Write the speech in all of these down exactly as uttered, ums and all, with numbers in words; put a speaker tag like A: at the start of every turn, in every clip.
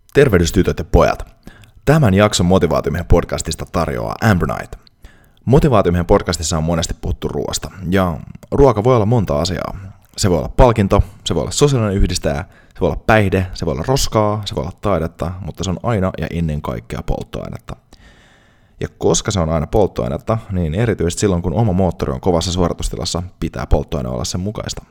A: Tervehdys tytöt ja pojat. Tämän jakson Motivaatiomiehen podcastista tarjoaa Ambernight. Motivaatiomiehen podcastissa on monesti puhuttu ruoasta, ja ruoka voi olla monta asiaa. Se voi olla palkinto, se voi olla sosiaalinen yhdistäjä, se voi olla päihde, se voi olla roskaa, se voi olla taidetta, mutta se on aina ja ennen kaikkea polttoainetta. Ja koska se on aina polttoainetta, niin erityisesti silloin kun oma moottori on kovassa suoritustilassa, pitää polttoaine olla sen mukaista.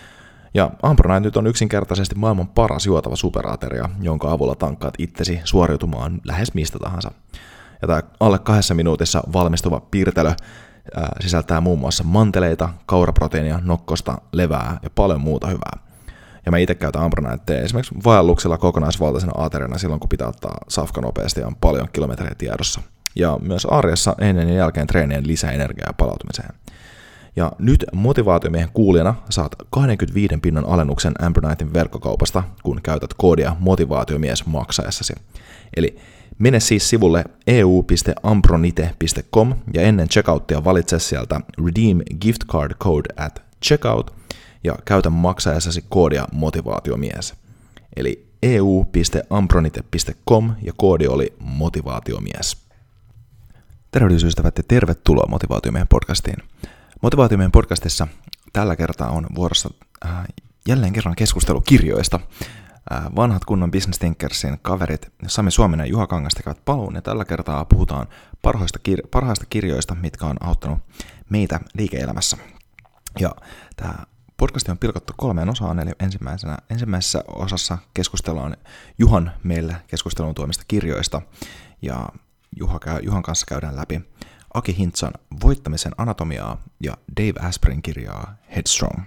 A: Ja Ambernight nyt on yksinkertaisesti maailman paras juotava superateria, jonka avulla tankkaat itsesi suoriutumaan lähes mistä tahansa. Ja tämä alle kahdessa minuutissa valmistuva piirtelö ää, sisältää muun muassa manteleita, kauraproteiinia, nokkosta, levää ja paljon muuta hyvää. Ja mä itse käytän Ambernightia esimerkiksi vaelluksilla kokonaisvaltaisena ateriana silloin, kun pitää ottaa safka nopeasti ja on paljon kilometrejä tiedossa. Ja myös arjessa ennen ja jälkeen treenien lisäenergiaa palautumiseen. Ja nyt Motivaatiomiehen kuulijana saat kaksikymmentäviisi pinnan alennuksen Ambernightin verkkokaupasta, kun käytät koodia motivaatiomies maksaessasi. Eli mene siis sivulle e u piste ambronite piste com ja ennen checkouttia valitse sieltä Redeem Gift Card Code at checkout ja käytä maksaessasi koodia motivaatiomies. Eli e u piste ambronite piste com ja koodi oli motivaatiomies. Tervehdys ystävät ja tervetuloa Motivaatiomiehen podcastiin. Motivaatiomiehen podcastissa tällä kertaa on vuorossa äh, jälleen kerran keskustelu kirjoista. Äh, vanhat kunnon Business Thinkersin kaverit Sami Suominen ja Juha Kangas tekevät paluun, ja tällä kertaa puhutaan parhaista, kir- parhaista kirjoista, mitkä on auttanut meitä liike-elämässä. Ja tämä podcast on pilkottu kolmeen osaan, eli ensimmäisenä, ensimmäisessä osassa keskustellaan Juhan meille keskustelun tuomista kirjoista, ja Juha käy, Juhan kanssa käydään läpi Aki Hintzan Voittamisen anatomiaa ja Dave Aspryn kirjaa Headstrong.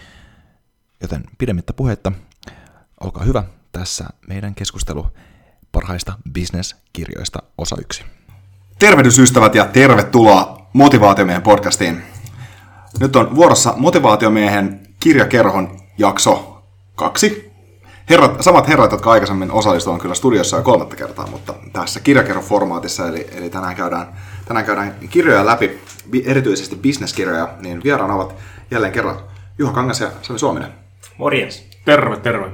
A: Joten pidemmittä puhetta, olkaa hyvä, tässä meidän keskustelu parhaista business-kirjoista osa yksi.
B: Tervehdys ystävät ja tervetuloa Motivaatiomiehen podcastiin. Nyt on vuorossa Motivaatiomiehen kirjakerhon jakso kaksi. Herrat, samat herrat, jotka aikaisemmin osallistuivat kyllä studiossa jo kolmatta kertaa, mutta tässä kirjakerhon formaatissa, eli, eli tänään, käydään, tänään käydään kirjoja läpi, erityisesti bisneskirjoja, niin vieraana ovat jälleen kerran Juha Kangas ja Sami Suominen.
C: Morjens. Terve, terve.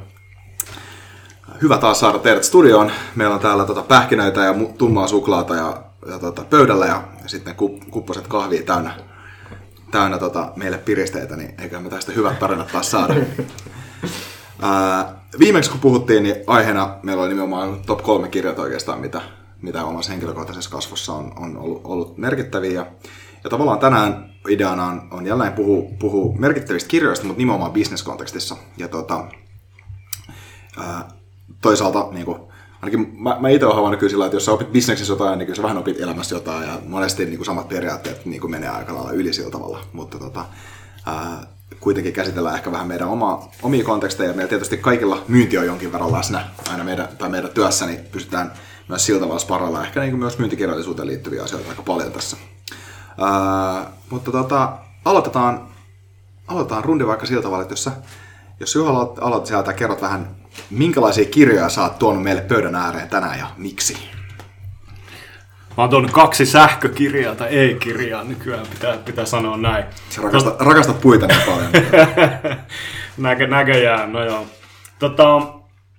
B: Hyvä taas saada teidät studioon. Meillä on täällä tota pähkinöitä ja tummaa suklaata ja, ja tota pöydällä ja, ja sitten kupposet kahvia täynnä, täynnä tota meille piristeitä, niin eiköhän me tästä hyvät tarinat taas saada. Ää, viimeksi kun puhuttiin, niin aiheena meillä oli nimenomaan top kolme kirjat oikeastaan, mitä, mitä omassa henkilökohtaisessa kasvussa on, on ollut, ollut merkittäviä. Ja, ja tavallaan tänään ideana on, on jälleen puhua, puhua merkittävistä kirjoista, mutta nimenomaan business-kontekstissa. Ja tota, ää, toisaalta, niin kuin, ainakin mä, mä itse olen havainnut kyllä sillä, että jos sä opit bisneksessä jotain, niin kyllä sä vähän opit elämässä jotain. Ja monesti niin kuin samat periaatteet niin kuin menee aika lailla yli sillä tavalla. Mutta tota, ää, kuitenkin käsitellään ehkä vähän meidän oma, omia konteksteja. Meillä tietysti kaikilla myynti on jonkin verran läsnä aina meidän, tai meidän työssä, niin pystytään myös sillä tavalla sparralla ehkä niin kuin myös myyntikirjallisuuteen liittyviä asioita aika paljon tässä. Ää, mutta tota, aloitetaan, aloitetaan rundi vaikka sillä tavalla, että jos, sä, jos Juha aloitat, aloitat sieltä ja kerrot vähän, minkälaisia kirjoja sä oot tuonut meille pöydän ääreen tänään ja miksi?
C: Mä oon tuonut kaksi sähkökirjaa tai e-kirjaa nykyään, pitää, pitää sanoa näin.
B: Sä rakastat, rakastat puita niin paljon.
C: Näkö, näköjään, no joo. Tota,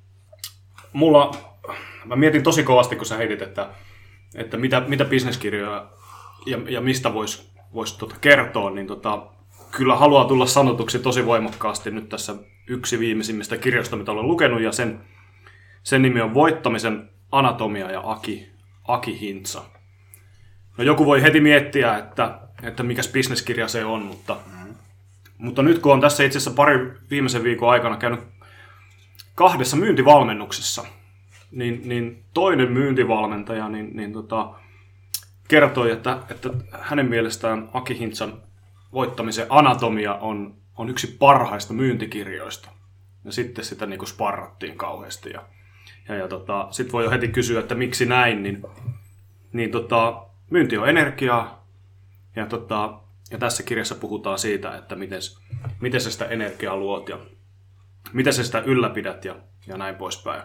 C: mulla, mä mietin tosi kovasti, kun sä heitit, että, että mitä, mitä bisneskirjoja ja, ja mistä voisi vois tota kertoa, niin tota, kyllä haluaa tulla sanotuksi tosi voimakkaasti nyt tässä yksi viimeisimmistä kirjoista, mitä olen lukenut, ja sen, sen nimi on Voittamisen anatomia ja Aki. Aki Hintza. No joku voi heti miettiä, että, että mikäs bisneskirja se on, mutta, mm. mutta nyt kun on tässä itse asiassa pari viimeisen viikon aikana käynyt kahdessa myyntivalmennuksessa, niin, niin toinen myyntivalmentaja niin, niin tota, kertoi, että, että hänen mielestään Aki Hintzan Voittamisen anatomia on, on yksi parhaista myyntikirjoista. Ja sitten sitä niin kuin sparrattiin kauheasti. Ja Ja, ja tota, sitten voi jo heti kysyä, että miksi näin, niin, niin tota, myynti on energiaa, ja, tota, ja tässä kirjassa puhutaan siitä, että miten, miten sä sitä energiaa luot, ja miten sä sitä ylläpidät, ja, ja näin poispäin.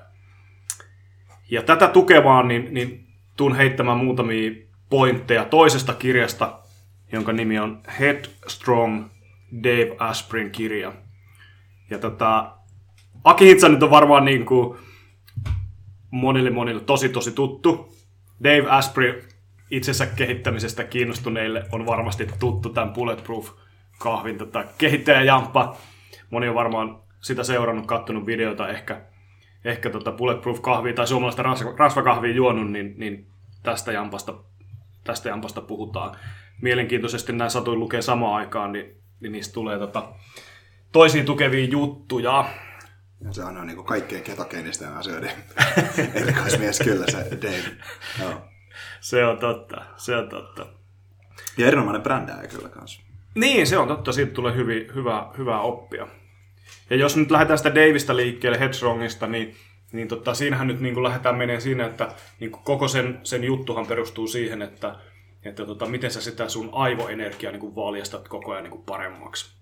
C: Ja tätä tukemaan, niin, niin tuun heittämään muutamia pointteja toisesta kirjasta, jonka nimi on Headstrong, Dave Aspryn kirja. Ja tota, Aki Hitsa nyt on varmaan niin kuin monille monille tosi tosi tuttu. Dave Asprey itsensä kehittämisestä kiinnostuneille on varmasti tuttu tämän Bulletproof-kahvin tota, kehittäjäjamppa. Moni on varmaan sitä seurannut, kattonut videota, ehkä, ehkä tota Bulletproof-kahvia tai suomalaista rasvakahvia juonut, niin, niin tästä, jampasta, tästä jampasta puhutaan. Mielenkiintoisesti nämä satuin lukee samaan aikaan, niin, niin niistä tulee tota, toisiin tukevia juttuja.
B: Ja se on niin kuin kaikkein ketogeenisten asioiden erikoismies kyllä se Dave. No.
C: Se on totta, se on totta.
B: Ja erinomainen brändääjä kyllä kanssa.
C: Niin, se on totta. Siitä tulee hyvi, hyvä, hyvää oppia. Ja jos nyt lähdetään sitä Davista liikkeelle, Headstrongista, niin, niin totta, siinähän nyt niin kuin lähdetään menemään siinä, että niin kuin koko sen, sen juttuhan perustuu siihen, että, että tota, miten sä sitä sun aivoenergiaa niin kuin valjastat koko ajan niin kuin paremmaksi.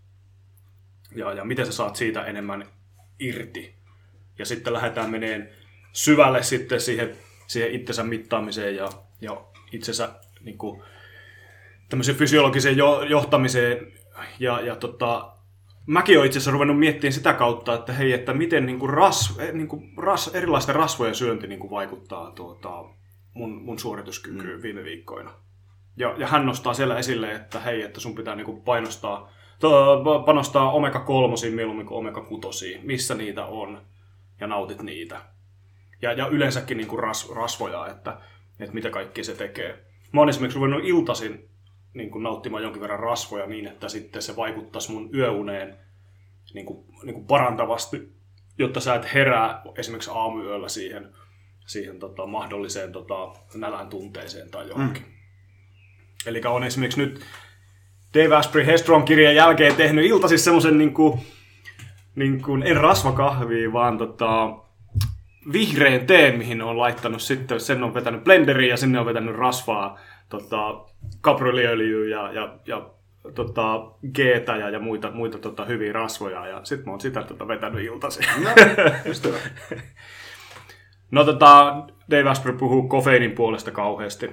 C: Ja, ja miten sä saat siitä enemmän irti. Ja sitten lähdetään meneen syvälle sitten siihen, siihen itsensä mittaamiseen ja, ja itsensä niin kuin, tämmöiseen fysiologiseen jo, johtamiseen. Ja, ja tota, mäkin olen itse asiassa ruvennut miettimään sitä kautta, että hei, että miten niin kuin ras, niin kuin ras, erilaisten rasvojen syönti niin kuin vaikuttaa tuota, mun, mun suorituskykyyn mm. viime viikkoina. Ja, ja hän nostaa siellä esille, että hei, että sun pitää niin kuin painostaa panostaa omega kolmosiin mieluummin kuin omega kutosiin, missä niitä on, ja nautit niitä. Ja, ja yleensäkin niin kuin ras, rasvoja, että, että mitä kaikki se tekee. Mä oon esimerkiksi ruvennut iltaisin niin kuin nauttimaan jonkin verran rasvoja niin, että sitten se vaikuttaisi mun yöuneen niin kuin, niin kuin parantavasti, jotta sä et herää esimerkiksi aamuyöllä siihen, siihen tota, mahdolliseen tota, nälän tunteeseen tai johonkin. Mm. Eli on esimerkiksi nyt Dave Asprey Headstrong-kirjan jälkeen tehnyt iltaisin semmoisen, niin kuin, niin kuin, en rasvakahvia, vaan tota, vihreän teen, mihin on laittanut sitten, sen on vetänyt blenderiin ja sinne on vetänyt rasvaa, tota, kapriliöljyä ja, ja, ja tota, geetä ja, ja muita, muita tota, hyviä rasvoja, ja sitten mä oon sitä tota, vetänyt iltaisin. No, just hyvä. No tota, Dave Asprey puhuu kofeiinin puolesta kauheasti.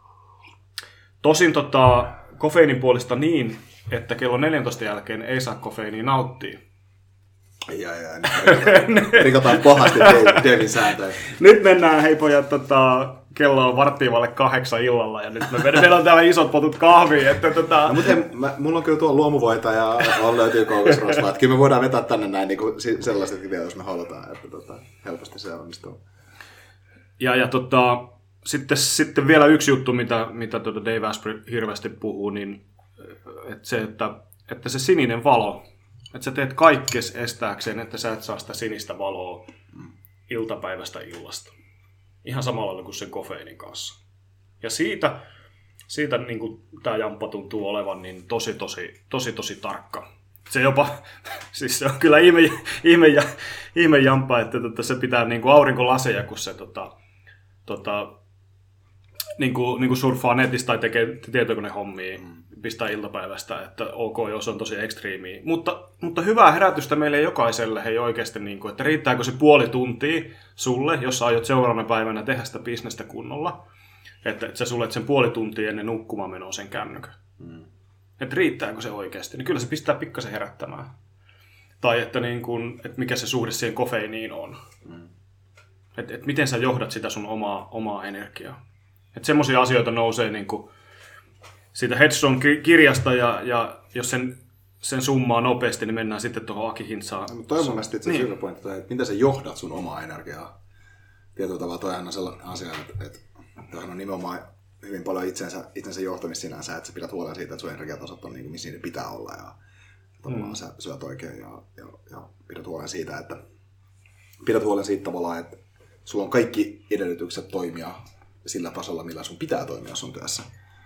C: Tosin tota, kofeiinin puolesta niin, että kello neljäntoista jälkeen ei saa kofeiiniä nauttia.
B: Ai ai ai, rikotaan, rikotaan pahasti Davin sääntöjä.
C: Nyt mennään, hei pojat, tota, kello on varttiin vaille kahdeksan illalla ja nyt me meillä on täällä isot potut kahvia. Että, tota...
B: no, mutta en, mä, mulla on kyllä tuo luomuvoita ja on löytyy koukosrasvaa. Kyllä me voidaan vetää tänne näin niin sellaisetkin vielä, jos me halutaan, että tota, helposti se onnistuu.
C: Ja, ja tota, sitten, sitten vielä yksi juttu, mitä, mitä tuota Dave Asprey hirveästi puhuu, niin että se, että, että se sininen valo, että sä teet kaikkes estääkseen, että sä et saa sitä sinistä valoa iltapäivästä illasta. Ihan samalla kuin sen kofeiinin kanssa. Ja siitä, siitä niin kuin tämä jamppa tuntuu olevan niin tosi, tosi, tosi, tosi tarkka. Se jopa, siis se on kyllä ihme, ihme, ihme jamppa, että tota, se pitää niin kuin aurinkolaseja, kun se tota, tota, niin kuin, niin kuin surffaa netistä tai tekee tietokonehommia, mm. pistää iltapäivästä, että ok, jos on tosi ekstriimiä. Mutta, mutta hyvää herätystä meille jokaiselle, hei oikeasti, niin kuin, että riittääkö se puoli tuntia sulle, jos sä aiot seuraavana päivänä tehdä sitä bisnestä kunnolla, että, että sä suljet sen puoli tuntia ennen nukkumaan menoa sen kännykän. Mm. Että riittääkö se oikeasti, niin kyllä se pistää pikkasen herättämään. Tai että, niin kuin, että mikä se suhde siihen kofeiiniin on. Mm. Että, että miten sä johdat sitä sun omaa, omaa energiaa. Että semmoisia asioita nousee niin kuin siitä Headstrong-kirjasta, ja, ja jos sen, sen summaa nopeasti, niin mennään sitten tuohon Aki Hintsaan.
B: No, toi on mun mielestä itse asiassa hyvä pointti, että miten sä johdat sun omaa energiaa. Tietyllä tavalla toihan on sellainen asia, että, että toihan on nimenomaan hyvin paljon itsensä, itsensä johtamista sinänsä, että sä pidät huolen siitä, että sun energiatasot on niin kuin, missä niiden pitää olla, ja tavallaan mm. sä syöt oikein, ja, ja, ja pidät huolen siitä, että pidät huolen siitä tavallaan, että sulla on kaikki edellytykset toimia sillä tasolla, millä sun pitää toimia sun työssä.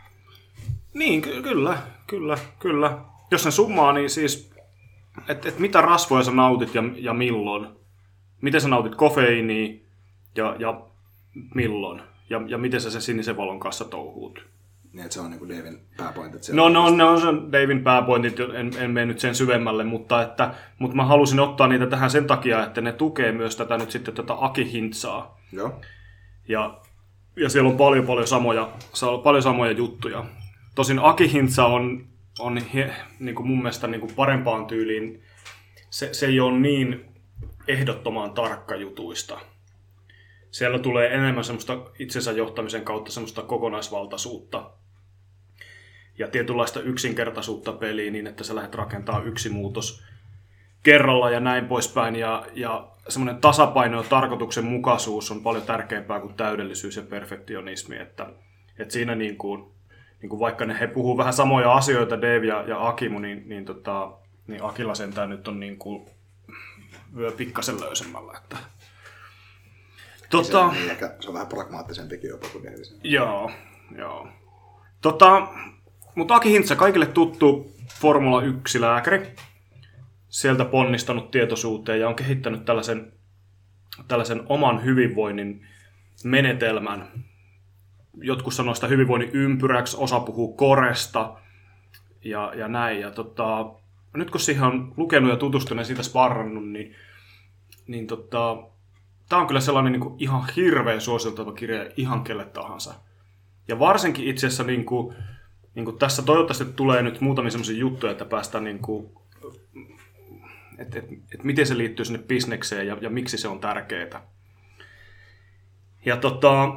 C: Niin, ky- kyllä, kyllä, kyllä. Jos sen summaa, niin siis, että et mitä rasvoja sä nautit ja, ja milloin. Miten sä nautit kofeiiniä ja, ja milloin. Ja, ja miten sä sen sinisen valon kanssa touhuut.
B: Niin, että se on niin kuin Davin pääpointit.
C: No, no, ne on sen Davin pääpointit, en, en mene nyt sen syvemmälle, mutta, että, mutta mä halusin ottaa niitä tähän sen takia, että ne tukee myös tätä nyt sitten tätä Aki Hintsaa.
B: Joo.
C: Ja, ja siellä on paljon, paljon samoja, paljon samoja juttuja. Tosin Aki Hintsa on, on he, niin kuin mun mielestä niin kuin parempaan tyyliin, se, se ei ole niin ehdottoman tarkka jutuista. siellä tulee enemmän semmoista itsensä johtamisen kautta semmoista kokonaisvaltaisuutta ja tietynlaista yksinkertaisuutta peliin niin, että sä lähdet rakentamaan yksi muutos kerralla ja näin poispäin. Ja, ja semmoinen tasapaino ja tarkoituksenmukaisuus on paljon tärkeämpää kuin täydellisyys ja perfektionismi. Että, että siinä niin kuin, niin kuin vaikka ne he puhuu vähän samoja asioita, Dave ja, ja Akimu, niin, niin, tota, niin Akilla sentään nyt on niin kuin vyö pikkasen löysemmällä. Että.
B: Tota, se, niin, ehkä se on vähän pragmaattisempikin jopa kuin Dave.
C: Joo, joo. Tota, mutta Aki Hintsa, kaikille tuttu Formula yksi-lääkäri. Sieltä ponnistanut tietoisuuteen ja on kehittänyt tällaisen, tällaisen oman hyvinvoinnin menetelmän. Jotkut sanoo sitä hyvinvoinnin ympyräksi, osa puhuu koresta ja, ja näin. Ja tota, nyt kun siihen on lukenut ja tutustunut ja siitä sparrannut, niin, niin tota, tämä on kyllä sellainen niin kuin ihan hirveän suositeltava kirja ihan kelle tahansa. Ja varsinkin itse asiassa niin kuin, niin kuin tässä toivottavasti tulee nyt muutamia sellaisia juttuja, että päästään niin kuin, että et, et miten se liittyy sinne bisnekseen ja, ja miksi se on tärkeää. Ja tota,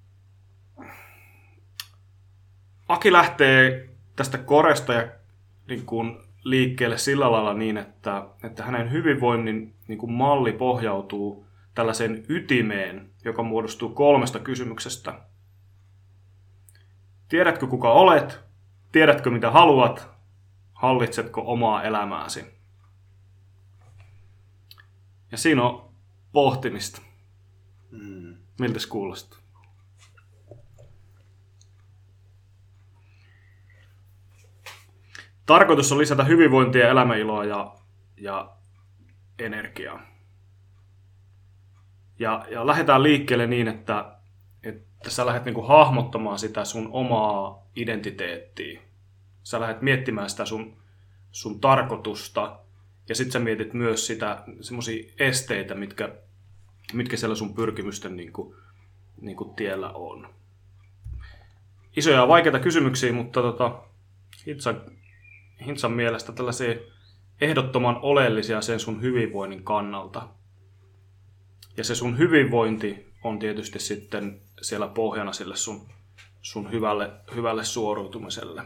C: Aki lähtee tästä koresta ja niin kuin, liikkeelle sillä lailla niin, että, että hänen hyvinvoinnin niin kuin, malli pohjautuu tällaiseen ytimeen, joka muodostuu kolmesta kysymyksestä. Tiedätkö kuka olet? Tiedätkö mitä haluat? Hallitsetko omaa elämääsi? Ja siinä on pohtimista. Mm. Miltä se kuulostaa? Tarkoitus on lisätä hyvinvointia, elämäiloa ja, ja energiaa. Ja, ja lähdetään liikkeelle niin, että, että sä lähdet niinku hahmottamaan sitä sun omaa identiteettiä. Sä lähdet miettimään sitä sun, sun tarkoitusta. Ja sit sä mietit myös sitä semmosia esteitä, mitkä, mitkä siellä sun pyrkimysten niinku, niinku tiellä on. Isoja ja vaikeita kysymyksiä, mutta tota, Hintsan, Hintsan mielestä tällaisia ehdottoman oleellisia sen sun hyvinvoinnin kannalta. Ja se sun hyvinvointi on tietysti sitten siellä pohjana sille sun, sun hyvälle, hyvälle suoriutumiselle.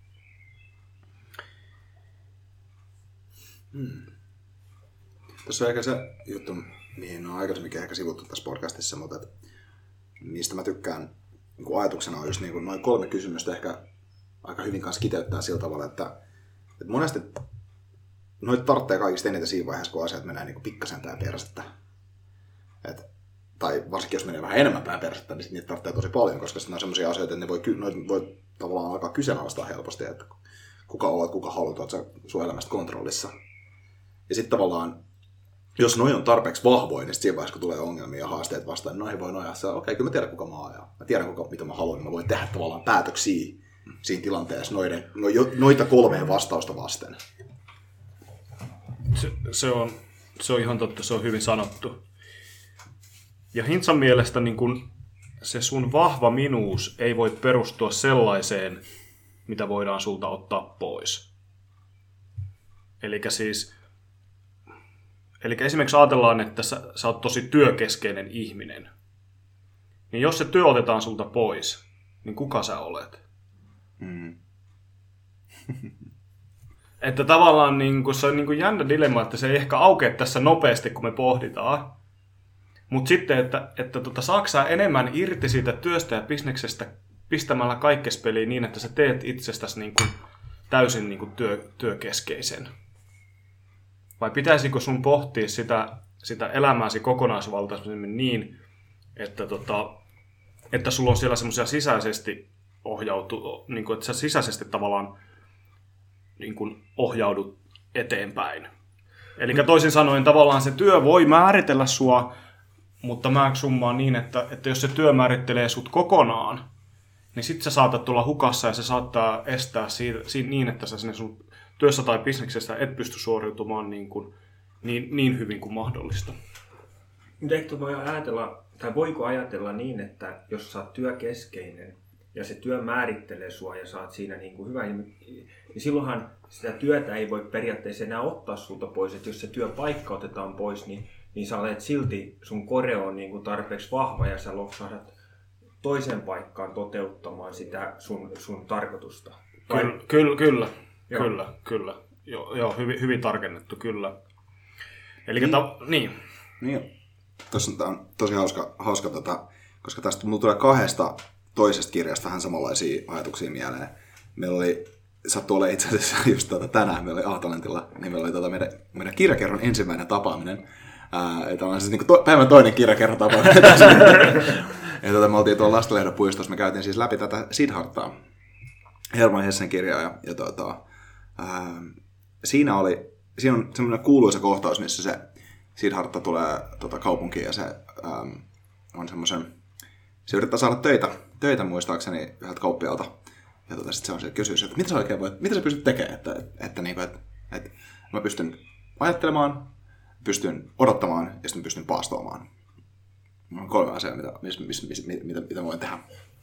B: Hmm. Tässä on ehkä se juttu, mihin on aikaisemminkin ehkä sivuttu tässä podcastissa, mutta et, mistä mä tykkään niin ajatuksena on just niin noin kolme kysymystä ehkä aika hyvin kanssa kiteyttää sillä tavalla, että, että monesti noita tarvitsee kaikista eniten siinä vaiheessa, kun asiat menee niin pikkasen päin persettä. Et, tai varsinkin jos menee vähän enemmän päin persettä, niin niitä tarvitsee tosi paljon, koska sitten on sellaisia asioita, että ne voi, ne voi tavallaan alkaa kyseenalaistaa helposti, että kuka olet, kuka haluat, olet sä sun elämästä kontrollissa. Ja sitten tavallaan, jos noi on tarpeeksi vahvoja, niin siinä vaiheessa, kun tulee ongelmia ja haasteet vastaan, niin noihin voi nojaa. Okei, okay, kyllä mä tiedän, kuka mä oon ja mä tiedän, kuka, mitä mä haluan. Mä voin tehdä tavallaan päätöksiä siinä tilanteessa noiden, no, noita kolmeen vastausta vasten.
C: Se, se, on, se on ihan totta, se on hyvin sanottu. Ja Hintsan mielestä niin kun se sun vahva minuus ei voi perustua sellaiseen, mitä voidaan sulta ottaa pois. Elikkä siis, elikkä esimerkiksi ajatellaan, että sä, sä oot tosi työkeskeinen ihminen. Niin jos se työ otetaan sulta pois, niin kuka sä olet? Mm. Että tavallaan niin kun se on niin kun jännä dilemma, että se ei ehkä aukea tässä nopeasti, kun me pohditaan. Mutta sitten, että, että tota, saako sä enemmän irti siitä työstä ja bisneksestä pistämällä kaikkespeliin niin, että sä teet itsestäsi niin kuin täysin niin kuin työ, työkeskeisen? Vai pitäisikö sun pohtia sitä, sitä elämääsi kokonaisvaltaisemmin niin, että, tota, että sulla on siellä semmoisia sisäisesti ohjautu, niin kuin, että sä sisäisesti tavallaan niin kuin ohjaudut eteenpäin. Eli toisin sanoen tavallaan se työ voi määritellä sua, mutta mä summaan niin, että, että jos se työ määrittelee sut kokonaan, niin sit sä saatat tulla hukassa ja se saattaa estää siitä, siitä niin, että sä sinne sun työssä tai bisneksessä et pysty suoriutumaan niin, kuin, niin, niin hyvin kuin mahdollista.
D: Mutta eikö voi ajatella, tai voiko ajatella niin, että jos sä oot työkeskeinen ja se työ määrittelee sua ja sä oot siinä niin kuin hyvä, niin silloinhan sitä työtä ei voi periaatteessa enää ottaa sulta pois. Että jos se työpaikka otetaan pois, niin niin sä olet silti, sun kore on niin kuin tarpeeksi vahva ja sä loksahdat toiseen paikkaan toteuttamaan sitä sun, sun tarkoitusta.
C: Kyllä, kyllä, kyllä,
D: Joo.
C: kyllä, kyllä. Joo, joo hyvin, hyvin tarkennettu, kyllä. Eli niin. Ta- niin.
B: Niin. Tuossa on tosi hauska, hauska tota, koska tästä mulla tulee kahdesta toisesta kirjasta vähän samanlaisia ajatuksia mieleen. Meillä oli, sattuu olemaan itse asiassa just tota, tänään, meillä oli Aatalentilla, niin meillä oli tota, meidän, meidän kirjakerron ensimmäinen tapaaminen. Ää, tämä on siis niin kuin to, päivän toinen kirjakerron tapaaminen. ja tota, me oltiin tuolla Lastenlehdon puistossa, me käytiin siis läpi tätä Siddharthaa, Hermann Hessen kirjaa. Ja, ja tota, ää, siinä, oli, siinä on semmoinen kuuluisa kohtaus, missä se Siddhartha tulee tota, kaupunkiin ja se ää, on semmoisen, se yrittää saada töitä, töitä muistaakseni yhdeltä kauppialta. Ja tota, sitten se on se kysyy, että mitä sä oikein voit, mitä sä pystyt tekemään, että, että, että, niin kuin, että, että mä pystyn ajattelemaan, pystyn odottamaan ja sitten pystyn paastoamaan. On kolme asiaa, mitä, mis, mis, mis, mitä, mitä voin tehdä.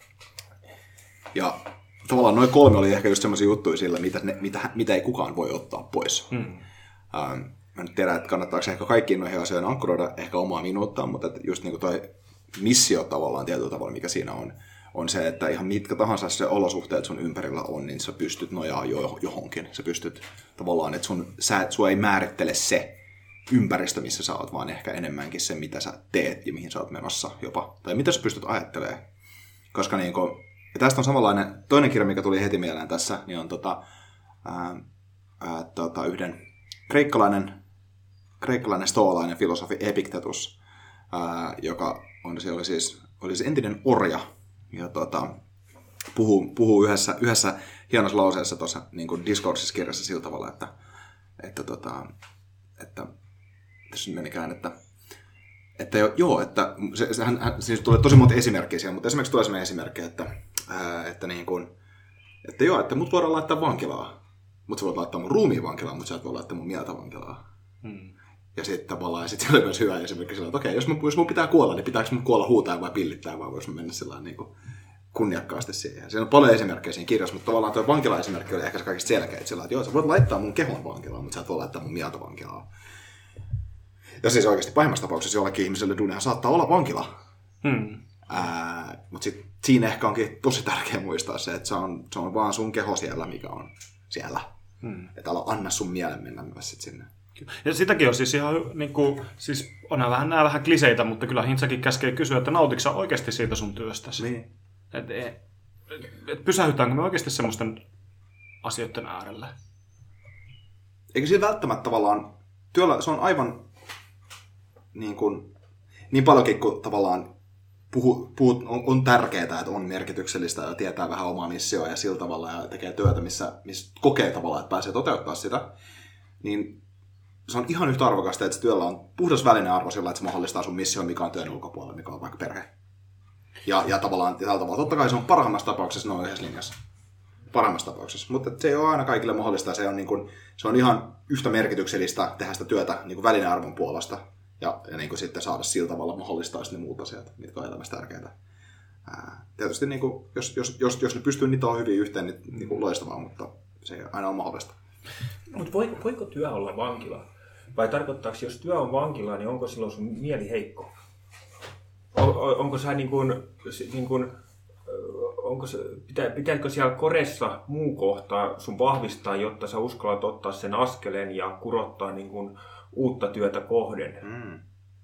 B: Ja tavallaan noin kolme oli ehkä just semmoisia juttuja sillä, mitä, ne, mitä, mitä ei kukaan voi ottaa pois. Hmm. Ähm, mä en tiedä, että kannattaako ehkä kaikkiin noihin asioihin ankkuroida ehkä omaa minuuttaa, mutta että just niin kuin toi missio tavallaan tietyllä tavalla, mikä siinä on, on se, että ihan mitkä tahansa se olosuhteet sun ympärillä on, niin sä pystyt nojaa jo johonkin. Sä pystyt tavallaan, että sun, sä, sua ei määrittele se ympäristö, missä sä oot, vaan ehkä enemmänkin se, mitä sä teet ja mihin sä oot menossa jopa. Tai mitä sä pystyt ajattelemaan. Koska niin kun, ja tästä on samanlainen, toinen kirja, mikä tuli heti mieleen tässä, niin on tota, ää, ää, tota, yhden kreikkalainen, kreikkalainen stoalainen filosofi Epiktetus, ää, joka on, se oli siis oli siis entinen orja, ja tota, puhuu, puhuu yhdessä, yhdessä hienossa lauseessa tuossa niin Discourses-kirjassa sillä tavalla, että, että, tota, että tässä nyt menikään, että, että joo, että se, se, hän, hän, siis tulee tosi monta esimerkkiä siellä, mutta esimerkiksi tulee sellainen esimerkki, että, ää, että, niin kuin, että joo, että mut voidaan laittaa vankilaa, mut sä voit laittaa mun ruumiin vankilaan, mutta sä et voi laittaa mun mieltä vankilaan. Hmm. Ja sitten tavallaan, ja sitten se oli myös hyvä esimerkki sillä, että okei, jos mun, jos mun pitää kuolla, niin pitääkö mun kuolla huutaa vai pillittää, vai voisi mennä sillä niin kuin kunniakkaasti siihen. Siinä on paljon esimerkkejä siinä kirjassa, mutta tavallaan tuo vankila-esimerkki oli ehkä se kaikista selkeä, sillä, että joo, sä voit laittaa mun kehon vankilaan, mutta sä et voi laittaa mun mieltä vankilaan. Ja siis oikeasti pahimmassa tapauksessa jollekin ihmiselle duunehan saattaa olla vankila. Hmm. Ää, mutta sit siinä ehkä onkin tosi tärkeää muistaa se, että se on, se on vaan sun keho siellä, mikä on siellä. Hmm. Että älä anna sun mielen mennä myös sit sinne.
C: Ja sitäkin on siis ihan, niin kuin, siis onhan vähän, nämä vähän kliseitä, mutta kyllä Hintsakin käskee kysyä, että nautitko sä oikeasti siitä sun työstäsi?
B: Niin.
C: Et, et, et pysähytäänkö me oikeasti semmoisten asioiden äärelle?
B: Eikö siinä välttämättä tavallaan, työllä se on aivan niin, kuin, niin paljonkin kuin tavallaan puhu, puhut, on, on tärkeää, että on merkityksellistä ja tietää vähän omaa missioa ja sillä tavalla ja tekee työtä, missä, missä kokee tavallaan, että pääsee toteuttaa sitä, niin se on ihan yhtä arvokasta, että työllä on puhdas välinen arvo sillä, että se mahdollistaa sun mission, mikä on työn ulkopuolella, mikä on vaikka perhe. Ja, ja tavallaan tällä tavalla, totta kai se on parhaimmassa tapauksessa, ne on yhdessä linjassa. Parhaimmassa tapauksessa, mutta se ei ole aina kaikille mahdollista. Se on, niin kuin, se on ihan yhtä merkityksellistä tehdä sitä työtä niin kuin välinen arvon puolesta. Ja, ja niin kuin sitten saada sillä tavalla mahdollistaa ne muut asiat, mitkä on elämässä tärkeitä. Ää, tietysti niin kuin, jos, jos, jos, jos ne pystyy niitä on hyvin yhteen, niin, niin kuin loistavaa, mutta se ei aina ole mahdollista.
D: Mutta voiko, voiko työ olla vankila? Vai tarkoittaako, jos työ on vankila, niin onko silloin sun mieli heikko? On, onko sä niin kuin, niin kuin, onko se, pitä, pitääkö siellä koressa muu kohtaa sun vahvistaa, jotta sä uskallat ottaa sen askeleen ja kurottaa niin kuin uutta työtä kohden? Mm.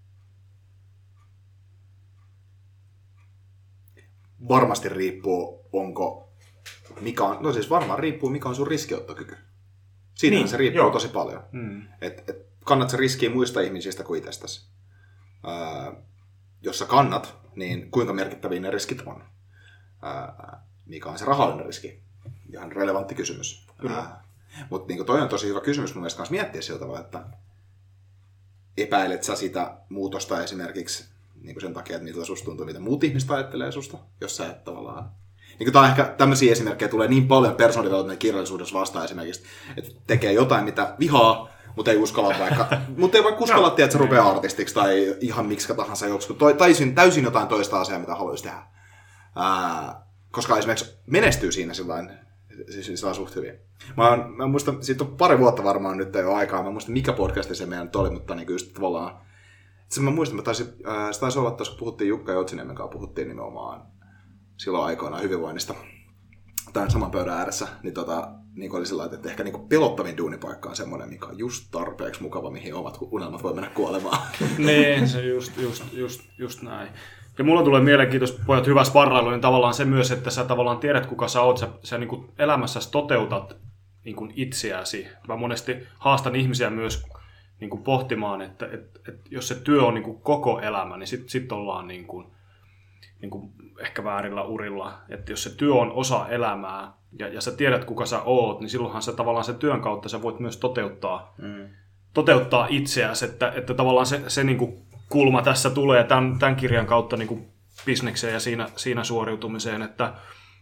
B: Varmasti riippuu, onko, mikä on, no siis varmaan riippuu, mikä on sun riskinottokyky. Siitähän niin, se riippuu joo. tosi paljon. Mm. Et, et kannat sä riskiä muista ihmisistä kuin itsestäsi. Öö, jos sä kannat, niin kuinka merkittäviä ne riskit on? Öö, mikä on se rahallinen riski? Ihan relevantti kysymys. Öö, Mutta niin toi on tosi hyvä kysymys mun mielestä kanssa miettiä siltä tavalla, että epäilet sä sitä muutosta esimerkiksi niin sen takia, että miltä susta tuntuu, mitä muut ihmiset ajattelee susta, jos sä et tavallaan... Niin tää on ehkä tämmöisiä esimerkkejä tulee niin paljon personal development kirjallisuudessa vastaan esimerkiksi, että tekee jotain, mitä vihaa, mutta ei uskalla vaikka, mutta ei vaikka uskalla, että sä rupeaa artistiksi tai ihan miksi tahansa joku, täysin, täysin jotain toista asiaa, mitä haluaisi tehdä. Ää, koska esimerkiksi menestyy siinä sillain, siis sillä suht hyvin. Mä, on, mä muistan, siitä on pari vuotta varmaan nyt jo aikaa, mä muistan mikä podcasti se meidän nyt oli, mutta niin just tavallaan, Sitten mä muistan, että taisin, äh, se taisi olla tuossa, kun puhuttiin Jukka Joutseniemen kanssa, puhuttiin nimenomaan silloin aikoinaan hyvinvoinnista tämän saman pöydän ääressä, niin, tota, niin oli sillä että ehkä niin pelottavin duunipaikka on semmoinen, mikä on just tarpeeksi mukava, mihin omat unelmat voi mennä kuolemaan.
C: Niin, se just, just, just, just näin. Ja mulla tulee mielenkiintoista, pojat, hyvä sparrailu, niin tavallaan se myös, että sä tavallaan tiedät, kuka sä oot, sä, sä niin kuin elämässäsi toteutat niin kuin itseäsi. Mä monesti haastan ihmisiä myös niin kuin pohtimaan, että, että, että jos se työ on niin kuin koko elämä, niin sitten sit ollaan niin kuin, niin kuin ehkä väärillä urilla. Että jos se työ on osa elämää ja, ja sä tiedät, kuka sä oot, niin silloinhan sä tavallaan sen työn kautta sä voit myös toteuttaa, mm. toteuttaa itseäsi. Että, että tavallaan se, se niin kuin kulma tässä tulee tämän, tämän kirjan kautta niin kuin bisnekseen ja siinä, siinä suoriutumiseen. Että,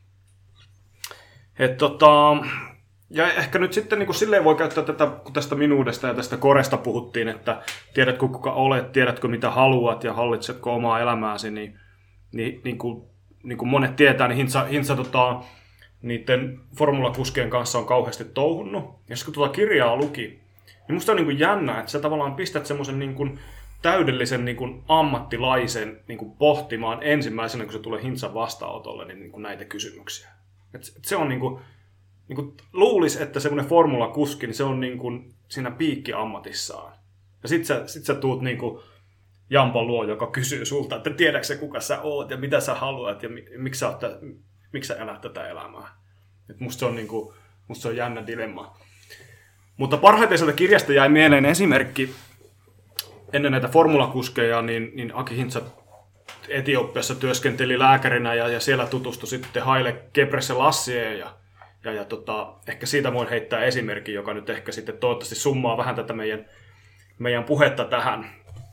C: et tota, ja ehkä nyt sitten niin kuin silleen voi käyttää tätä, kun tästä minuudesta ja tästä koresta puhuttiin, että tiedätkö kuka olet, tiedätkö mitä haluat ja hallitsetko omaa elämääsi, niin, niin, niin, kuin, niin kuin monet tietää, niin Hintsa, Hintsa tota, niiden formulakuskien kanssa on kauheasti touhunnut. Ja kun tuota kirjaa luki, niin musta on niin kuin jännä, että sä tavallaan pistät semmoisen niin kuin täydellisen niin kuin ammattilaisen niin kuin pohtimaan ensimmäisenä, kun se tulee Hintsan vastaanotolle, niin, niin kuin näitä kysymyksiä. Et, et se on niin kuin, niin kuin luulisi, että semmoinen formulakuski, niin se on niin kuin siinä piikkiammatissaan. Ja sit sä, sit sä tuut niin kuin Jampan luo, joka kysyy sulta, että tiedätkö sä kuka sä oot ja mitä sä haluat ja miksi sä, miksi sä elät tätä elämää. Et musta, se on niin kuin, musta se on jännä dilemma. Mutta parhaiten sieltä kirjasta jäi mieleen esimerkki. Ennen näitä formulakuskeja, niin, niin Aki Hintsa Etiopiassa työskenteli lääkärinä ja, ja siellä tutustui sitten Haile Gebrselassie ja, ja, ja tota, ehkä siitä voin heittää esimerkin, joka nyt ehkä sitten toivottavasti summaa vähän tätä meidän, meidän puhetta tähän.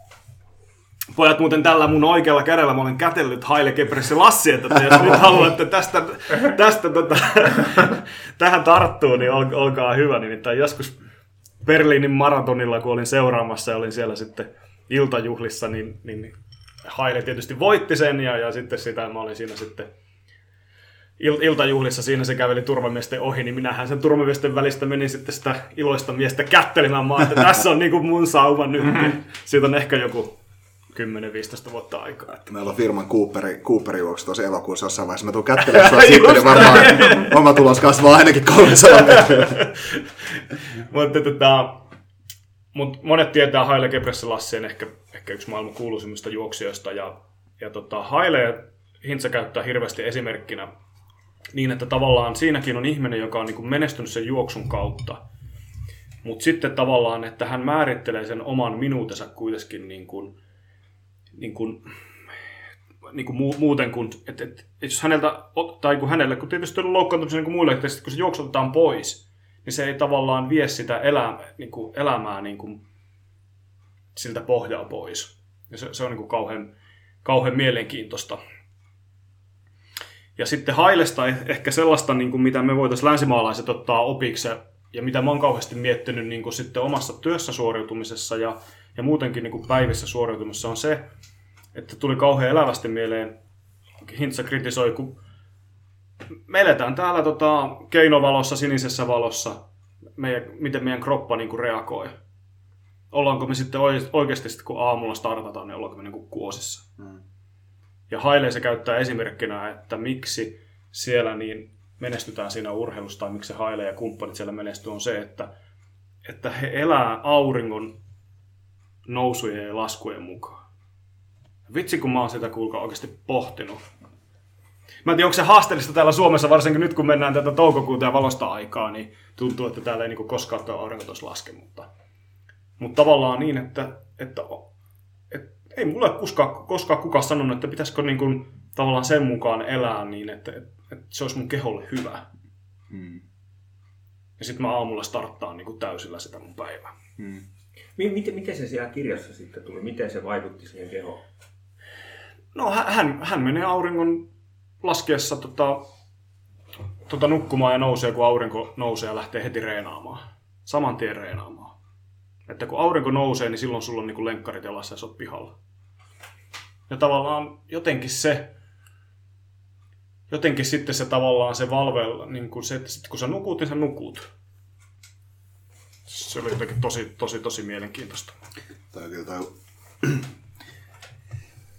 C: Pojat, muuten tällä mun oikealla kädellä mä olen kätellyt Haile Gebrselassie, että jos nyt haluatte tästä, tästä tota, tähän tarttua, niin ol, olkaa hyvä. Nimittäin joskus Berliinin maratonilla, kun olin seuraamassa ja olin siellä sitten iltajuhlissa, niin, niin Haile tietysti voitti sen ja, ja sitten sitä mä olin siinä sitten il, iltajuhlissa, siinä se käveli turvamiesten ohi, niin minähän sen turvamiesten välistä menin sitten sitä iloista miestä kättelemään, mä että tässä on niinku mun sauma nyt. Siitä on ehkä joku kymmenen viisitoista vuotta aikaa. Että
B: meillä on firman Cooperi, Cooperi juoksu tuossa elokuussa jossain vaiheessa. Mä tuun kättelemään sua siitä, niin varmaan oma tulos kasvaa ainakin kolmesataa metriä.
C: Mutta tota, mut monet tietää Haile Gebrselassie ehkä, ehkä yksi maailman kuuluisimmista juoksijoista. Ja, ja tota, Haile Hintsa käyttää hirveästi esimerkkinä niin, että tavallaan siinäkin on ihminen, joka on niin kuin menestynyt sen juoksun kautta. Mutta sitten tavallaan, että hän määrittelee sen oman minuutensa kuitenkin niin kuin niin kuin, niin kuin muuten kuin, että, että jos häneltä, tai kun hänelle, kun tietysti on loukkaantumisen niin kuin muille, että kun se juoksutetaan pois, niin se ei tavallaan vie sitä elämää, niin kuin elämää niin kuin siltä pohjaa pois. Ja se, se on niin kuin kauhean, kauhean mielenkiintoista. Ja sitten Hailesta ehkä sellaista, niin kuin mitä me voitaisiin länsimaalaiset ottaa opiksi, ja mitä mä oon kauheasti miettinyt niin kuin sitten omassa työssä suoriutumisessa ja, ja muutenkin niin kuin päivissä suoriutumisessa on se, että tuli kauhean elävästi mieleen, Hintsa kritisoi, kun me eletään täällä tota, keinovalossa, sinisessä valossa, meidän, miten meidän kroppa niin kuin reagoi. Ollaanko me sitten oikeasti, kun aamulla startataan, niin ollaanko me niin kuin kuosissa. Mm. Ja Haile se käyttää esimerkkinä, että miksi siellä niin menestytään siinä urheilussa, tai miksi se Haile ja kumppanit siellä menestyy, on se, että, että he elää auringon nousujen ja laskujen mukaan. Vitsi, kun mä oon sitä kuulkaa oikeasti pohtinut. Mä en tiedä, onko se haasteellista täällä Suomessa, varsinkin nyt kun mennään tätä toukokuuta ja valosta aikaa, niin tuntuu, että täällä ei niin koskaan tuo aurinko tuossa laske. Mutta, mutta tavallaan niin, että, että, että ei mulle koskaan, koskaan kukaan sanonut, että pitäisikö niin kuin, tavallaan sen mukaan elää niin, että, että, että se olisi mun keholle hyvä. Hmm. Ja sitten mä aamulla starttaan niin kuin täysillä sitä mun päivää.
D: Hmm. Miten, miten se siellä kirjassa sitten tuli? Miten se vaikutti siihen kehoon?
C: No hän, hän menee auringon laskiessa tota, tota nukkumaan ja nousee, kun aurinko nousee ja lähtee heti reenaamaan. Saman tien reenaamaan. Että kun aurinko nousee, niin silloin sulla on niin kuin lenkkarit jalassa ja sä oot pihalla. Ja tavallaan jotenkin se, jotenkin sitten se tavallaan se valve, niin kuin se, että sitten kun sä nukut, niin sä nukut. Se oli jotenkin tosi, tosi, tosi mielenkiintoista.
B: Toi kyllä toi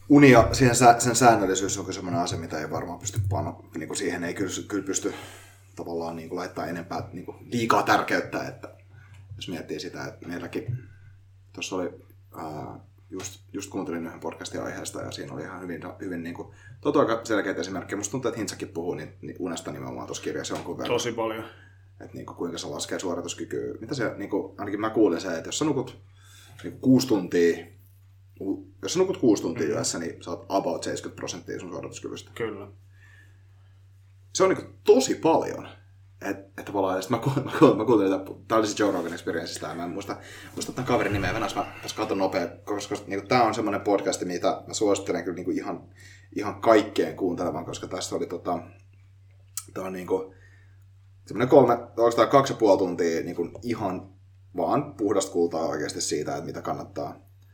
B: uni ja siihen sen säännöllisyys on semmoinen asia, mitä ei varmaan pysty panna, niin kuin siihen ei kyllä, kyllä pysty tavallaan niin kuin laittaa enempää niin kuin liikaa tärkeyttä, että jos miettii sitä, että meilläkin tuossa oli, ää, just, just kuuntelin yhden podcastin aiheesta ja siinä oli ihan hyvin, hyvin niin kuin, tuo aika selkeitä esimerkkejä. Musta tuntuu, että Hintsakin puhuu niin, niin unesta nimenomaan tuossa kirjassa jonkun verran.
C: Tosi paljon.
B: Että niin kuin, kuinka se laskee suorituskykyä. Mitä se, niin kuin, ainakin mä kuulin se, että jos sä nukut niin kuin kuusi tuntia, jos sä nukut kuusi tuntia mm-hmm. yössä, niin sä oot about seitsemänkymmentä prosenttia sun suorituskyvystä.
C: Kyllä.
B: Se on niin kuin, tosi paljon. Että et tavallaan, mä, kuulin, mä, kuulin, mä kuulin, että tämä oli siis Joe Rogan Experienceista, ja mä en muista, muista tämän kaverin nimeä, venäis mä tässä katon nopea, koska niin tämä on semmoinen podcast, mitä mä suosittelen kyllä niin ihan, ihan kaikkeen kuuntelemaan, koska tässä oli tota, tää on niin kuin, semmoinen kolme, oikeastaan kaksi ja puoli tuntia niin kuin ihan vaan puhdasta kultaa oikeasti siitä, että mitä kannattaa.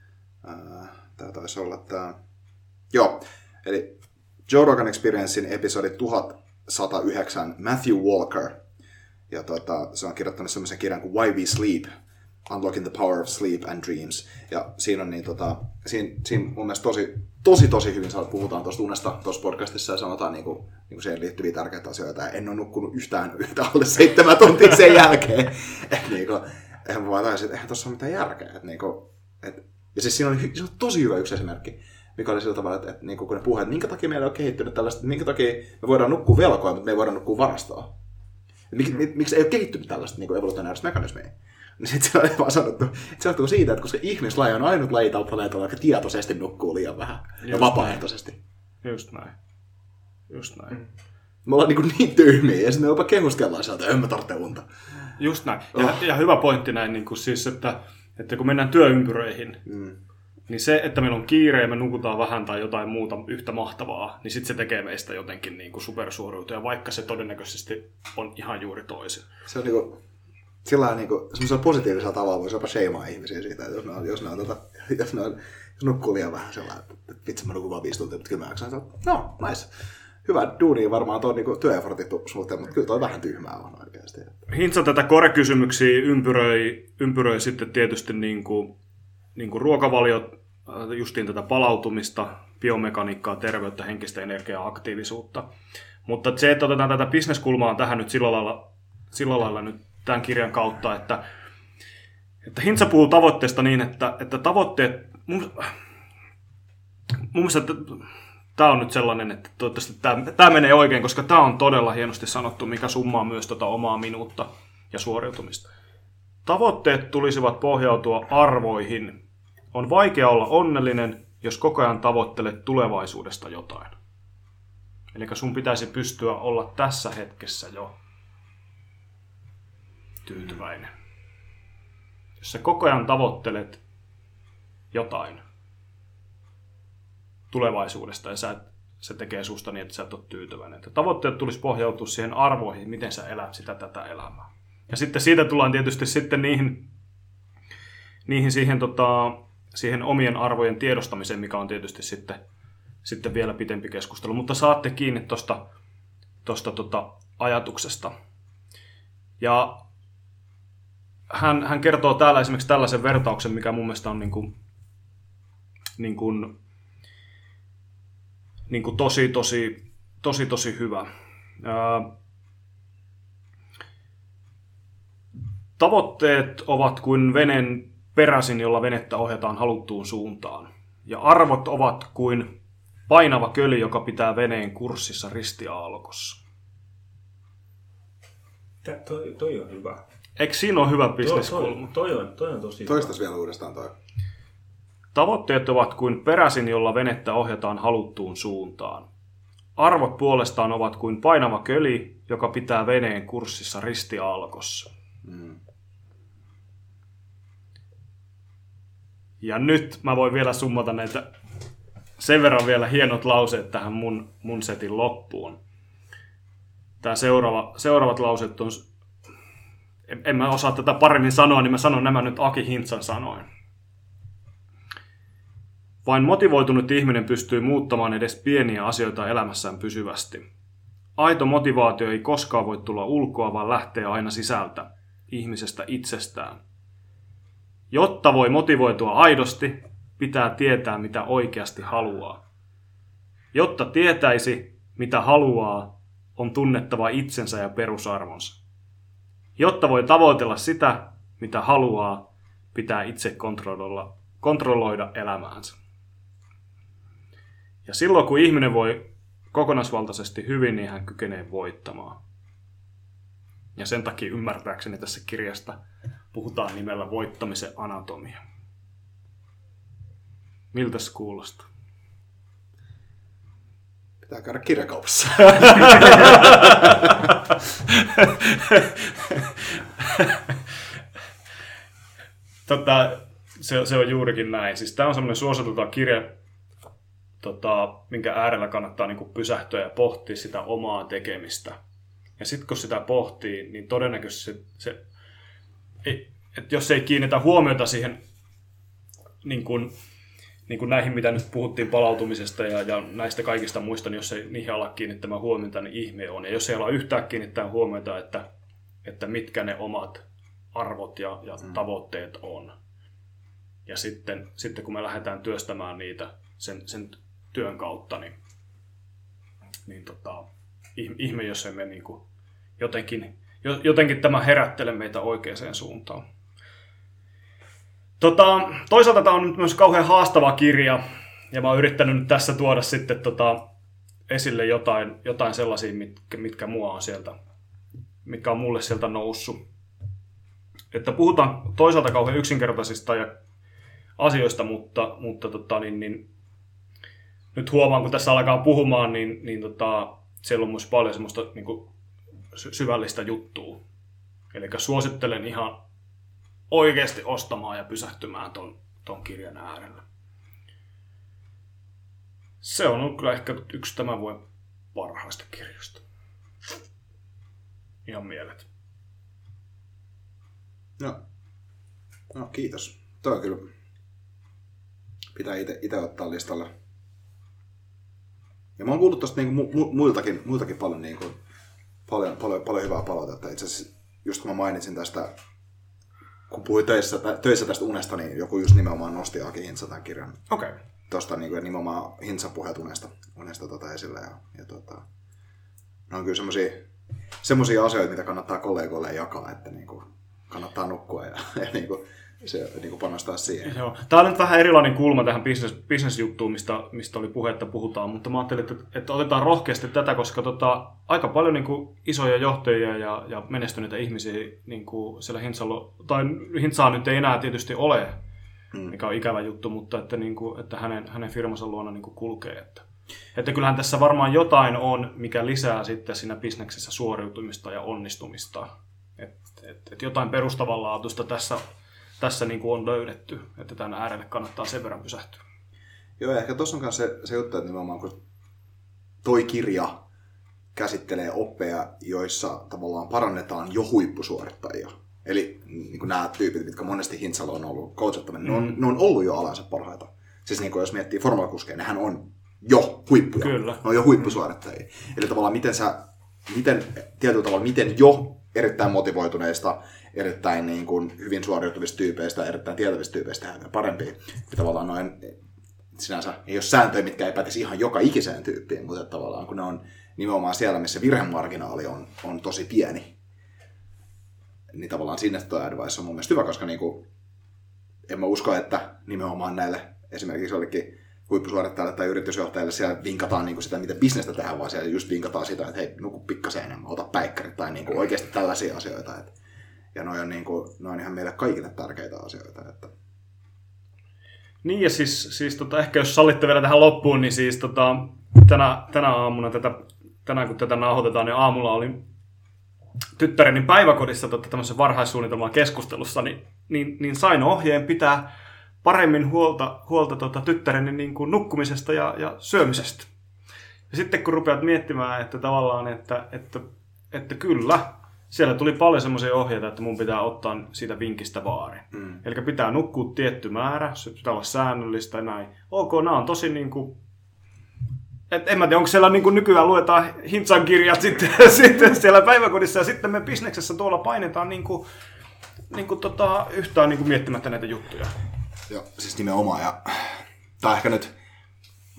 B: Tämä taisi olla tämä. Joo, eli Joe Rogan Experiencein episodi tuhat sata yhdeksän Matthew Walker. Ja tota, se on kirjoittanut semmoisen kirjan kuin Why We Sleep, Unlocking the Power of Sleep and Dreams. Ja siinä on niin tota, siinä, siinä mun mielestä tosi, tosi, tosi hyvin puhutaan tuosta unesta tuossa podcastissa ja sanotaan niinku, niinku siihen liittyviä tärkeitä asioita. Ja en ole nukkunut yhtään yhtä alle seitsemän tuntia sen jälkeen. Et niinku, eihän mä vaan taisin, että eihän tuossa ole mitään järkeä. Et niinku, et, ja siis siinä oli, se on tosi hyvä yksi esimerkki, mikä oli sillä tavalla, että, että niin kun ne puhuvat, että minkä takia meillä on kehittynyt tällaista, että minkä takia me voidaan nukkua velkoa, mutta me ei voida nukkua varastoa. Mik, mm. Miksi ei ole kehittynyt tällaista niin evolutionaarista mekanismia? Niin sitten se oli vaan sanottu, että se johtuu siitä, että koska ihmislaji on ainut laji tällä planeetalla, joka tietoisesti nukkuu liian vähän ja just vapaaehtoisesti.
C: Näin. Just näin. Just näin. Mm.
B: Me ollaan niin, niin tyhmiä ja sitten me jopa kehuskellaan sieltä, että en mä tarvitse unta.
C: Just näin. Ja, oh. ja hyvä pointti näin, niin kuin siis, että, että kun mennään työympyröihin, mm. niin se, että meillä on kiire ja me nukutaan vähän tai jotain muuta yhtä mahtavaa, niin sitten se tekee meistä jotenkin niin kuin supersuoriutuja, vaikka se todennäköisesti on ihan juuri toisin.
B: Se on niin kuin, sillä lailla niin semmoisella positiivisella tavalla voisi jopa sheimaa ihmisiä siitä, että jos ne, on, jos ne, on, tota, jos ne on, jos nukkuu liian vähän sellainen, että vitsi mä nukun vaan viisi tuntia, mutta kyllä mä jaksan sanoa, no, nice. Hyvä duunia varmaan tuo niin työeffortit suhteen, mutta kyllä toi vähän tyhmää on oikeasti.
C: Hintsa tätä kore-kysymyksiä ympyröi, ympyröi sitten tietysti niin kuin, niin kuin ruokavaliot, justiin tätä palautumista, biomekaniikkaa, terveyttä, henkistä energiaa, aktiivisuutta. Mutta se, että otetaan tätä bisneskulmaa tähän nyt sillä lailla, sillä lailla nyt tämän kirjan kautta, että, että Hintsa puhuu tavoitteesta niin, että, että tavoitteet, mun, mun mielestä tämä on nyt sellainen, että toivottavasti tämä, tämä menee oikein, koska tämä on todella hienosti sanottu, mikä summaa myös tuota omaa minuutta ja suoriutumista. Tavoitteet tulisivat pohjautua arvoihin. On vaikea olla onnellinen, jos koko ajan tavoittelet tulevaisuudesta jotain. Eli sun pitäisi pystyä olla tässä hetkessä jo tyytyväinen. Jos sä koko ajan tavoittelet jotain tulevaisuudesta ja sä et, se tekee susta niin, että sä et ole tyytyväinen. Että tavoitteet tulisi pohjautua siihen arvoihin, miten sä elät sitä tätä elämää. Ja sitten siitä tullaan tietysti sitten niihin, niihin siihen, tota, siihen omien arvojen tiedostamiseen, mikä on tietysti sitten, sitten vielä pitempi keskustelu. Mutta saatte kiinni tuosta tosta, tota, ajatuksesta. Ja hän, hän kertoo täällä esimerkiksi tällaisen vertauksen, mikä mun mielestä on niin kuin, niin kuin, niin kuin tosi, tosi, tosi, tosi hyvä. Ää, Tavoitteet ovat kuin veneen peräsin, jolla venettä ohjataan haluttuun suuntaan. Ja arvot ovat kuin painava köli, joka pitää veneen kurssissa ristiaallokossa.
D: Tää, toi, toi on hyvä.
C: Eikö siinä ole hyvä bisneskulma?
D: Toi, toi, on, toi on tosi
B: Toistas hyvä. Vielä uudestaan toi.
C: Tavoitteet ovat kuin peräsin, jolla venettä ohjataan haluttuun suuntaan. Arvot puolestaan ovat kuin painava köli, joka pitää veneen kurssissa ristiaallokossa. Mm. Ja nyt mä voin vielä summata näitä sen verran vielä hienot lauseet tähän mun, mun setin loppuun. Tää seuraava, seuraavat lauseet on, en, en mä osaa tätä paremmin sanoa, niin mä sanon nämä nyt Aki Hintsan sanoin. Vain motivoitunut ihminen pystyy muuttamaan edes pieniä asioita elämässään pysyvästi. Aito motivaatio ei koskaan voi tulla ulkoa, vaan lähtee aina sisältä, ihmisestä itsestään. Jotta voi motivoitua aidosti, pitää tietää, mitä oikeasti haluaa. Jotta tietäisi, mitä haluaa, on tunnettava itsensä ja perusarvonsa. Jotta voi tavoitella sitä, mitä haluaa, pitää itse kontrolloida, kontrolloida elämäänsä. Ja silloin, kun ihminen voi kokonaisvaltaisesti hyvin, niin hän kykenee voittamaan. Ja sen takia ymmärtääkseni tässä kirjasta puhutaan nimellä voittamisen anatomia. Miltäs kuulostaa?
B: Pitää käydä kirjakaupassa.
C: tota, se, se on juurikin näin. Siis tämä on semmoinen suositeltava kirja, tota, minkä äärellä kannattaa niinku pysähtyä ja pohtia sitä omaa tekemistä. Ja sitten kun sitä pohtii, niin todennäköisesti se, se että jos ei kiinnitä huomiota siihen niin kuin, niin kuin näihin, mitä nyt puhuttiin palautumisesta ja, ja näistä kaikista muista, niin jos ei niihin ala kiinnittämään huomiota, niin ihme on. Ja jos ei ala yhtään kiinnittää huomiota, että, että mitkä ne omat arvot ja, ja mm. tavoitteet on. Ja sitten, sitten kun me lähdetään työstämään niitä sen, sen työn kautta, niin, niin tota, ihme, jos emme niin kuin jotenkin, jotenkin tämä herättele meitä oikeaan suuntaan. Tota, toisaalta tämä on nyt myös kauhean haastava kirja, ja mä oon yrittänyt nyt tässä tuoda sitten tota, esille jotain, jotain sellaisia, mitkä, mitkä mua on sieltä, mitkä on mulle sieltä noussut. Että puhutaan toisaalta kauhean yksinkertaisista ja asioista, mutta, mutta tota, niin, niin, nyt huomaan, kun tässä alkaa puhumaan, niin, niin tota, siellä on myös paljon semmoista niin kuin syvällistä juttua. Eli suosittelen ihan oikeasti ostamaan ja pysähtymään ton, ton kirjan äärelle. Se on ollut kyllä ehkä yksi tämän vuoden parhaista kirjoista. Ihan mielet.
B: No, no kiitos. Toi kyllä pitää itse ottaa listalle. Ja mä oon kuullut tosta niinku mu- muiltakin, muiltakin paljon, niinku, paljon, paljon, paljon hyvää palautetta. Itse asiassa just kun mä mainitsin tästä, kun puhuin töissä, töissä tästä unesta, niin joku just nimenomaan nosti Aki Hintsa tämän kirjan.
C: Okei. Okay.
B: Tuosta niinku, nimenomaan Hintsan puheet unesta, unesta tota esillä. Ja, ja tota, ne on kyllä semmosia, semmosia asioita, mitä kannattaa kollegoille jakaa, että niinku, kannattaa nukkua ja, ja niinku, se niin panostaa siihen.
C: Joo. Tämä on nyt vähän erilainen kulma tähän business, business-juttuun, mistä, mistä oli puhe, että puhutaan, mutta mä ajattelin, että, että otetaan rohkeasti tätä, koska tota, aika paljon niin kuin, isoja johtajia ja, ja menestyneitä ihmisiä niin kuin siellä Hintsalla, tai Hintsaa nyt ei enää tietysti ole, hmm. mikä on ikävä juttu, mutta että, niin kuin, että hänen, hänen firmansa luona niin kuin kulkee. Että, että kyllähän tässä varmaan jotain on, mikä lisää sitten siinä bisneksessä suoriutumista ja onnistumista. Että et, et jotain perustavanlaatuista tässä Tässä niin kuin on löydetty, että tämän äärelle kannattaa sen verran pysähtyä.
B: Joo, ja ehkä tuossa on myös se, se juttu, että nimenomaan kun toi kirja käsittelee oppeja, joissa tavallaan parannetaan jo huippusuorittajia. Eli niin kuin nämä tyypit, mitkä monesti Hintsalla on ollut coachattavana, mm. ne, on, ne on ollut jo alansa parhaita. Siis niin kuin jos miettii formulakuskeja, nehän on jo huippuja.
C: Kyllä.
B: Ne on jo huippusuorittajia. Eli tavallaan miten sä, miten, tietyllä tavalla, miten jo erittäin motivoituneista, erittäin niin kuin hyvin suoriutuvista tyypeistä, erittäin tietävistä tyypeistä tehdään parempia. Ja tavallaan noin sinänsä ei ole sääntöjä, mitkä ei pätisi ihan joka ikiseen tyyppiin, mutta tavallaan kun ne on nimenomaan siellä, missä virhemarginaali on, on tosi pieni, niin tavallaan sinne tuo advice on mun mielestä hyvä, koska niin kuin, en mä usko, että nimenomaan näille esimerkiksi jollekin huippusuorittajalle tai yritysjohtajalle siellä vinkataan niin kuin sitä, miten bisnestä tehdään, vaan siellä just vinkataan sitä, että hei, nuku pikkasen enemmän, ota päikkärit tai niin kuin oikeasti tällaisia asioita. Että, ja noi on, niin kuin, noi on ihan meille kaikille tärkeitä asioita. Että.
C: Niin ja siis, siis tota, ehkä jos sallitte vielä tähän loppuun, niin siis tota, tänä, tänä aamuna, tätä, tänään kun tätä nauhoitetaan, niin aamulla olin tyttäreni päiväkodissa tota, tämmöisen varhaissuunnitelman keskustelussa, niin, niin, niin sain ohjeen pitää paremmin huolta, huolta tota, tyttäreni niin kuin nukkumisesta ja, ja syömisestä. Ja sitten kun rupeat miettimään, että tavallaan, että, että, että kyllä, siellä tuli paljon semmoisia ohjeita, että mun pitää ottaa siitä vinkistä vaari. Mm. Eli pitää nukkua tietty määrä, se pitää olla säännöllistä ja näin. Ok, nämä on tosi niin kuin, et en mä tiedä, onko siellä niin kuin nykyään luetaan Hintsan kirjat sitten, sitten siellä päiväkodissa ja sitten me bisneksessä tuolla painetaan niin kuin, niin kuin tota, yhtään niin kuin miettimättä näitä juttuja.
B: Joo, siis nimenomaan. Ja tämä ehkä nyt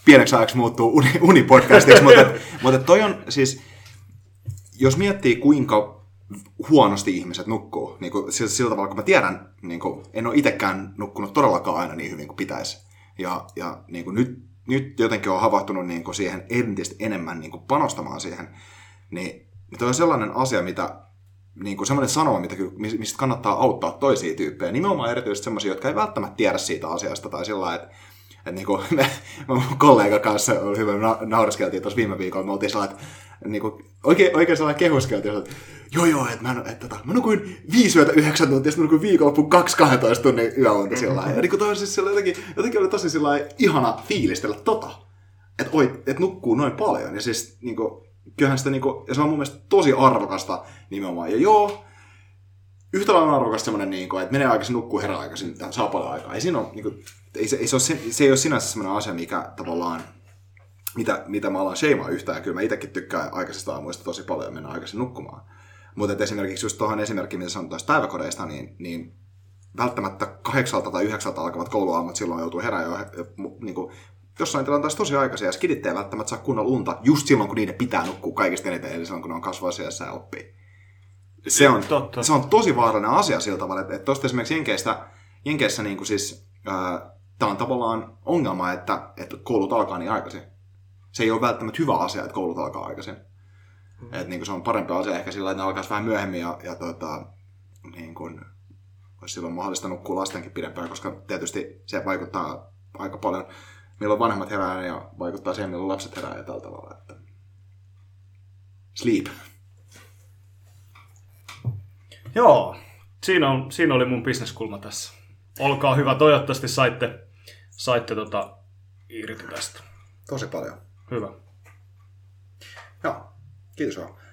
B: pieneksi ajaksi muuttuu uni, unipodcastiksi, mutta, mutta toi on siis, jos miettii kuinka huonosti ihmiset nukkuu, niin kuin sillä, sillä tavalla, kun mä tiedän, niin kuin, en ole itsekään nukkunut todellakaan aina niin hyvin kuin pitäisi. Ja, ja niin kuin nyt, nyt jotenkin on havahtunut niin kuin siihen entistä enemmän niin kuin panostamaan siihen, niin, niin toi on sellainen asia, mitä, niin kuin sellainen sanoma, mitä, mistä kannattaa auttaa toisia tyyppejä. Nimenomaan erityisesti sellaisia, jotka ei välttämättä tiedä siitä asiasta tai sillä lailla, että että niin kuin me, mun kollega kanssa oli hyvä, na- naureskeltiin tuossa viime viikolla, me oltiin sellainen, että niin kuin, oikein, oikein sellainen kehuskeltiin, että joo joo, että mä, että, että, mä nukuin viisi yötä yhdeksän tuntia, ja sitten mä nukuin viikonloppuun kaksi kaksitoista tunnin yöunta sillä lailla. Ja niin kuin toi on siis jotenkin, jotenkin oli tosi sellainen ihana fiilistellä tota, että, oi, että nukkuu noin paljon. Ja siis niin kuin, kyllähän sitä, niin kuin, ja se on mun mielestä tosi arvokasta nimenomaan. Ja joo, yhtä lailla arvokasta semmoinen, niin kuin, että menee aikaisin, nukkuu herää aikaisin, saa paljon aikaa. Ei siinä ole, niin kuin, ei se, ei se, ole, se ei ole sinänsä semmoinen asia, mikä tavallaan, mitä, mitä mä alan sheimaa yhtään. Ja kyllä mä itsekin tykkään aikaisesta aamuista tosi paljon ja mennä aikaisin nukkumaan. Mutta esimerkiksi just tuohon esimerkkiin, mitä sanotaan päiväkodeista, niin, niin välttämättä kahdeksalta tai yhdeksältä alkavat kouluaamut, silloin joutuu herää jo niin kuin, jossain tilanteessa tosi aikaisin. Ja skidit ei välttämättä saa kunnolla unta just silloin, kun niiden pitää nukkua kaikista eniten, eli silloin, kun ne on kasvuasiassa ja oppii. Se on, se on tosi vaarallinen asia sillä tavalla, että tuosta esimerkiksi Jenkeistä, Jenkeissä niin kuin siis, ää, tämä on tavallaan ongelma, että, että koulut alkaa niin aikaisin. Se ei ole välttämättä hyvä asia, että koulut alkaa aikaisin. Mm. Että niin kuin se on parempi asia ehkä sillä, että ne alkaisi vähän myöhemmin ja, ja tota, niin kuin, olisi silloin mahdollista nukkua lastenkin pidempään, koska tietysti se vaikuttaa aika paljon, milloin vanhemmat herää ja vaikuttaa siihen, milloin lapset herää ja tällä tavalla. Että... Sleep.
C: Joo, siinä, on, siinä oli mun bisneskulma tässä. Olkaa hyvä, toivottavasti saitte, saitte tota irti tästä.
B: Tosi paljon.
C: Hyvä.
B: Joo, kiitos vaan.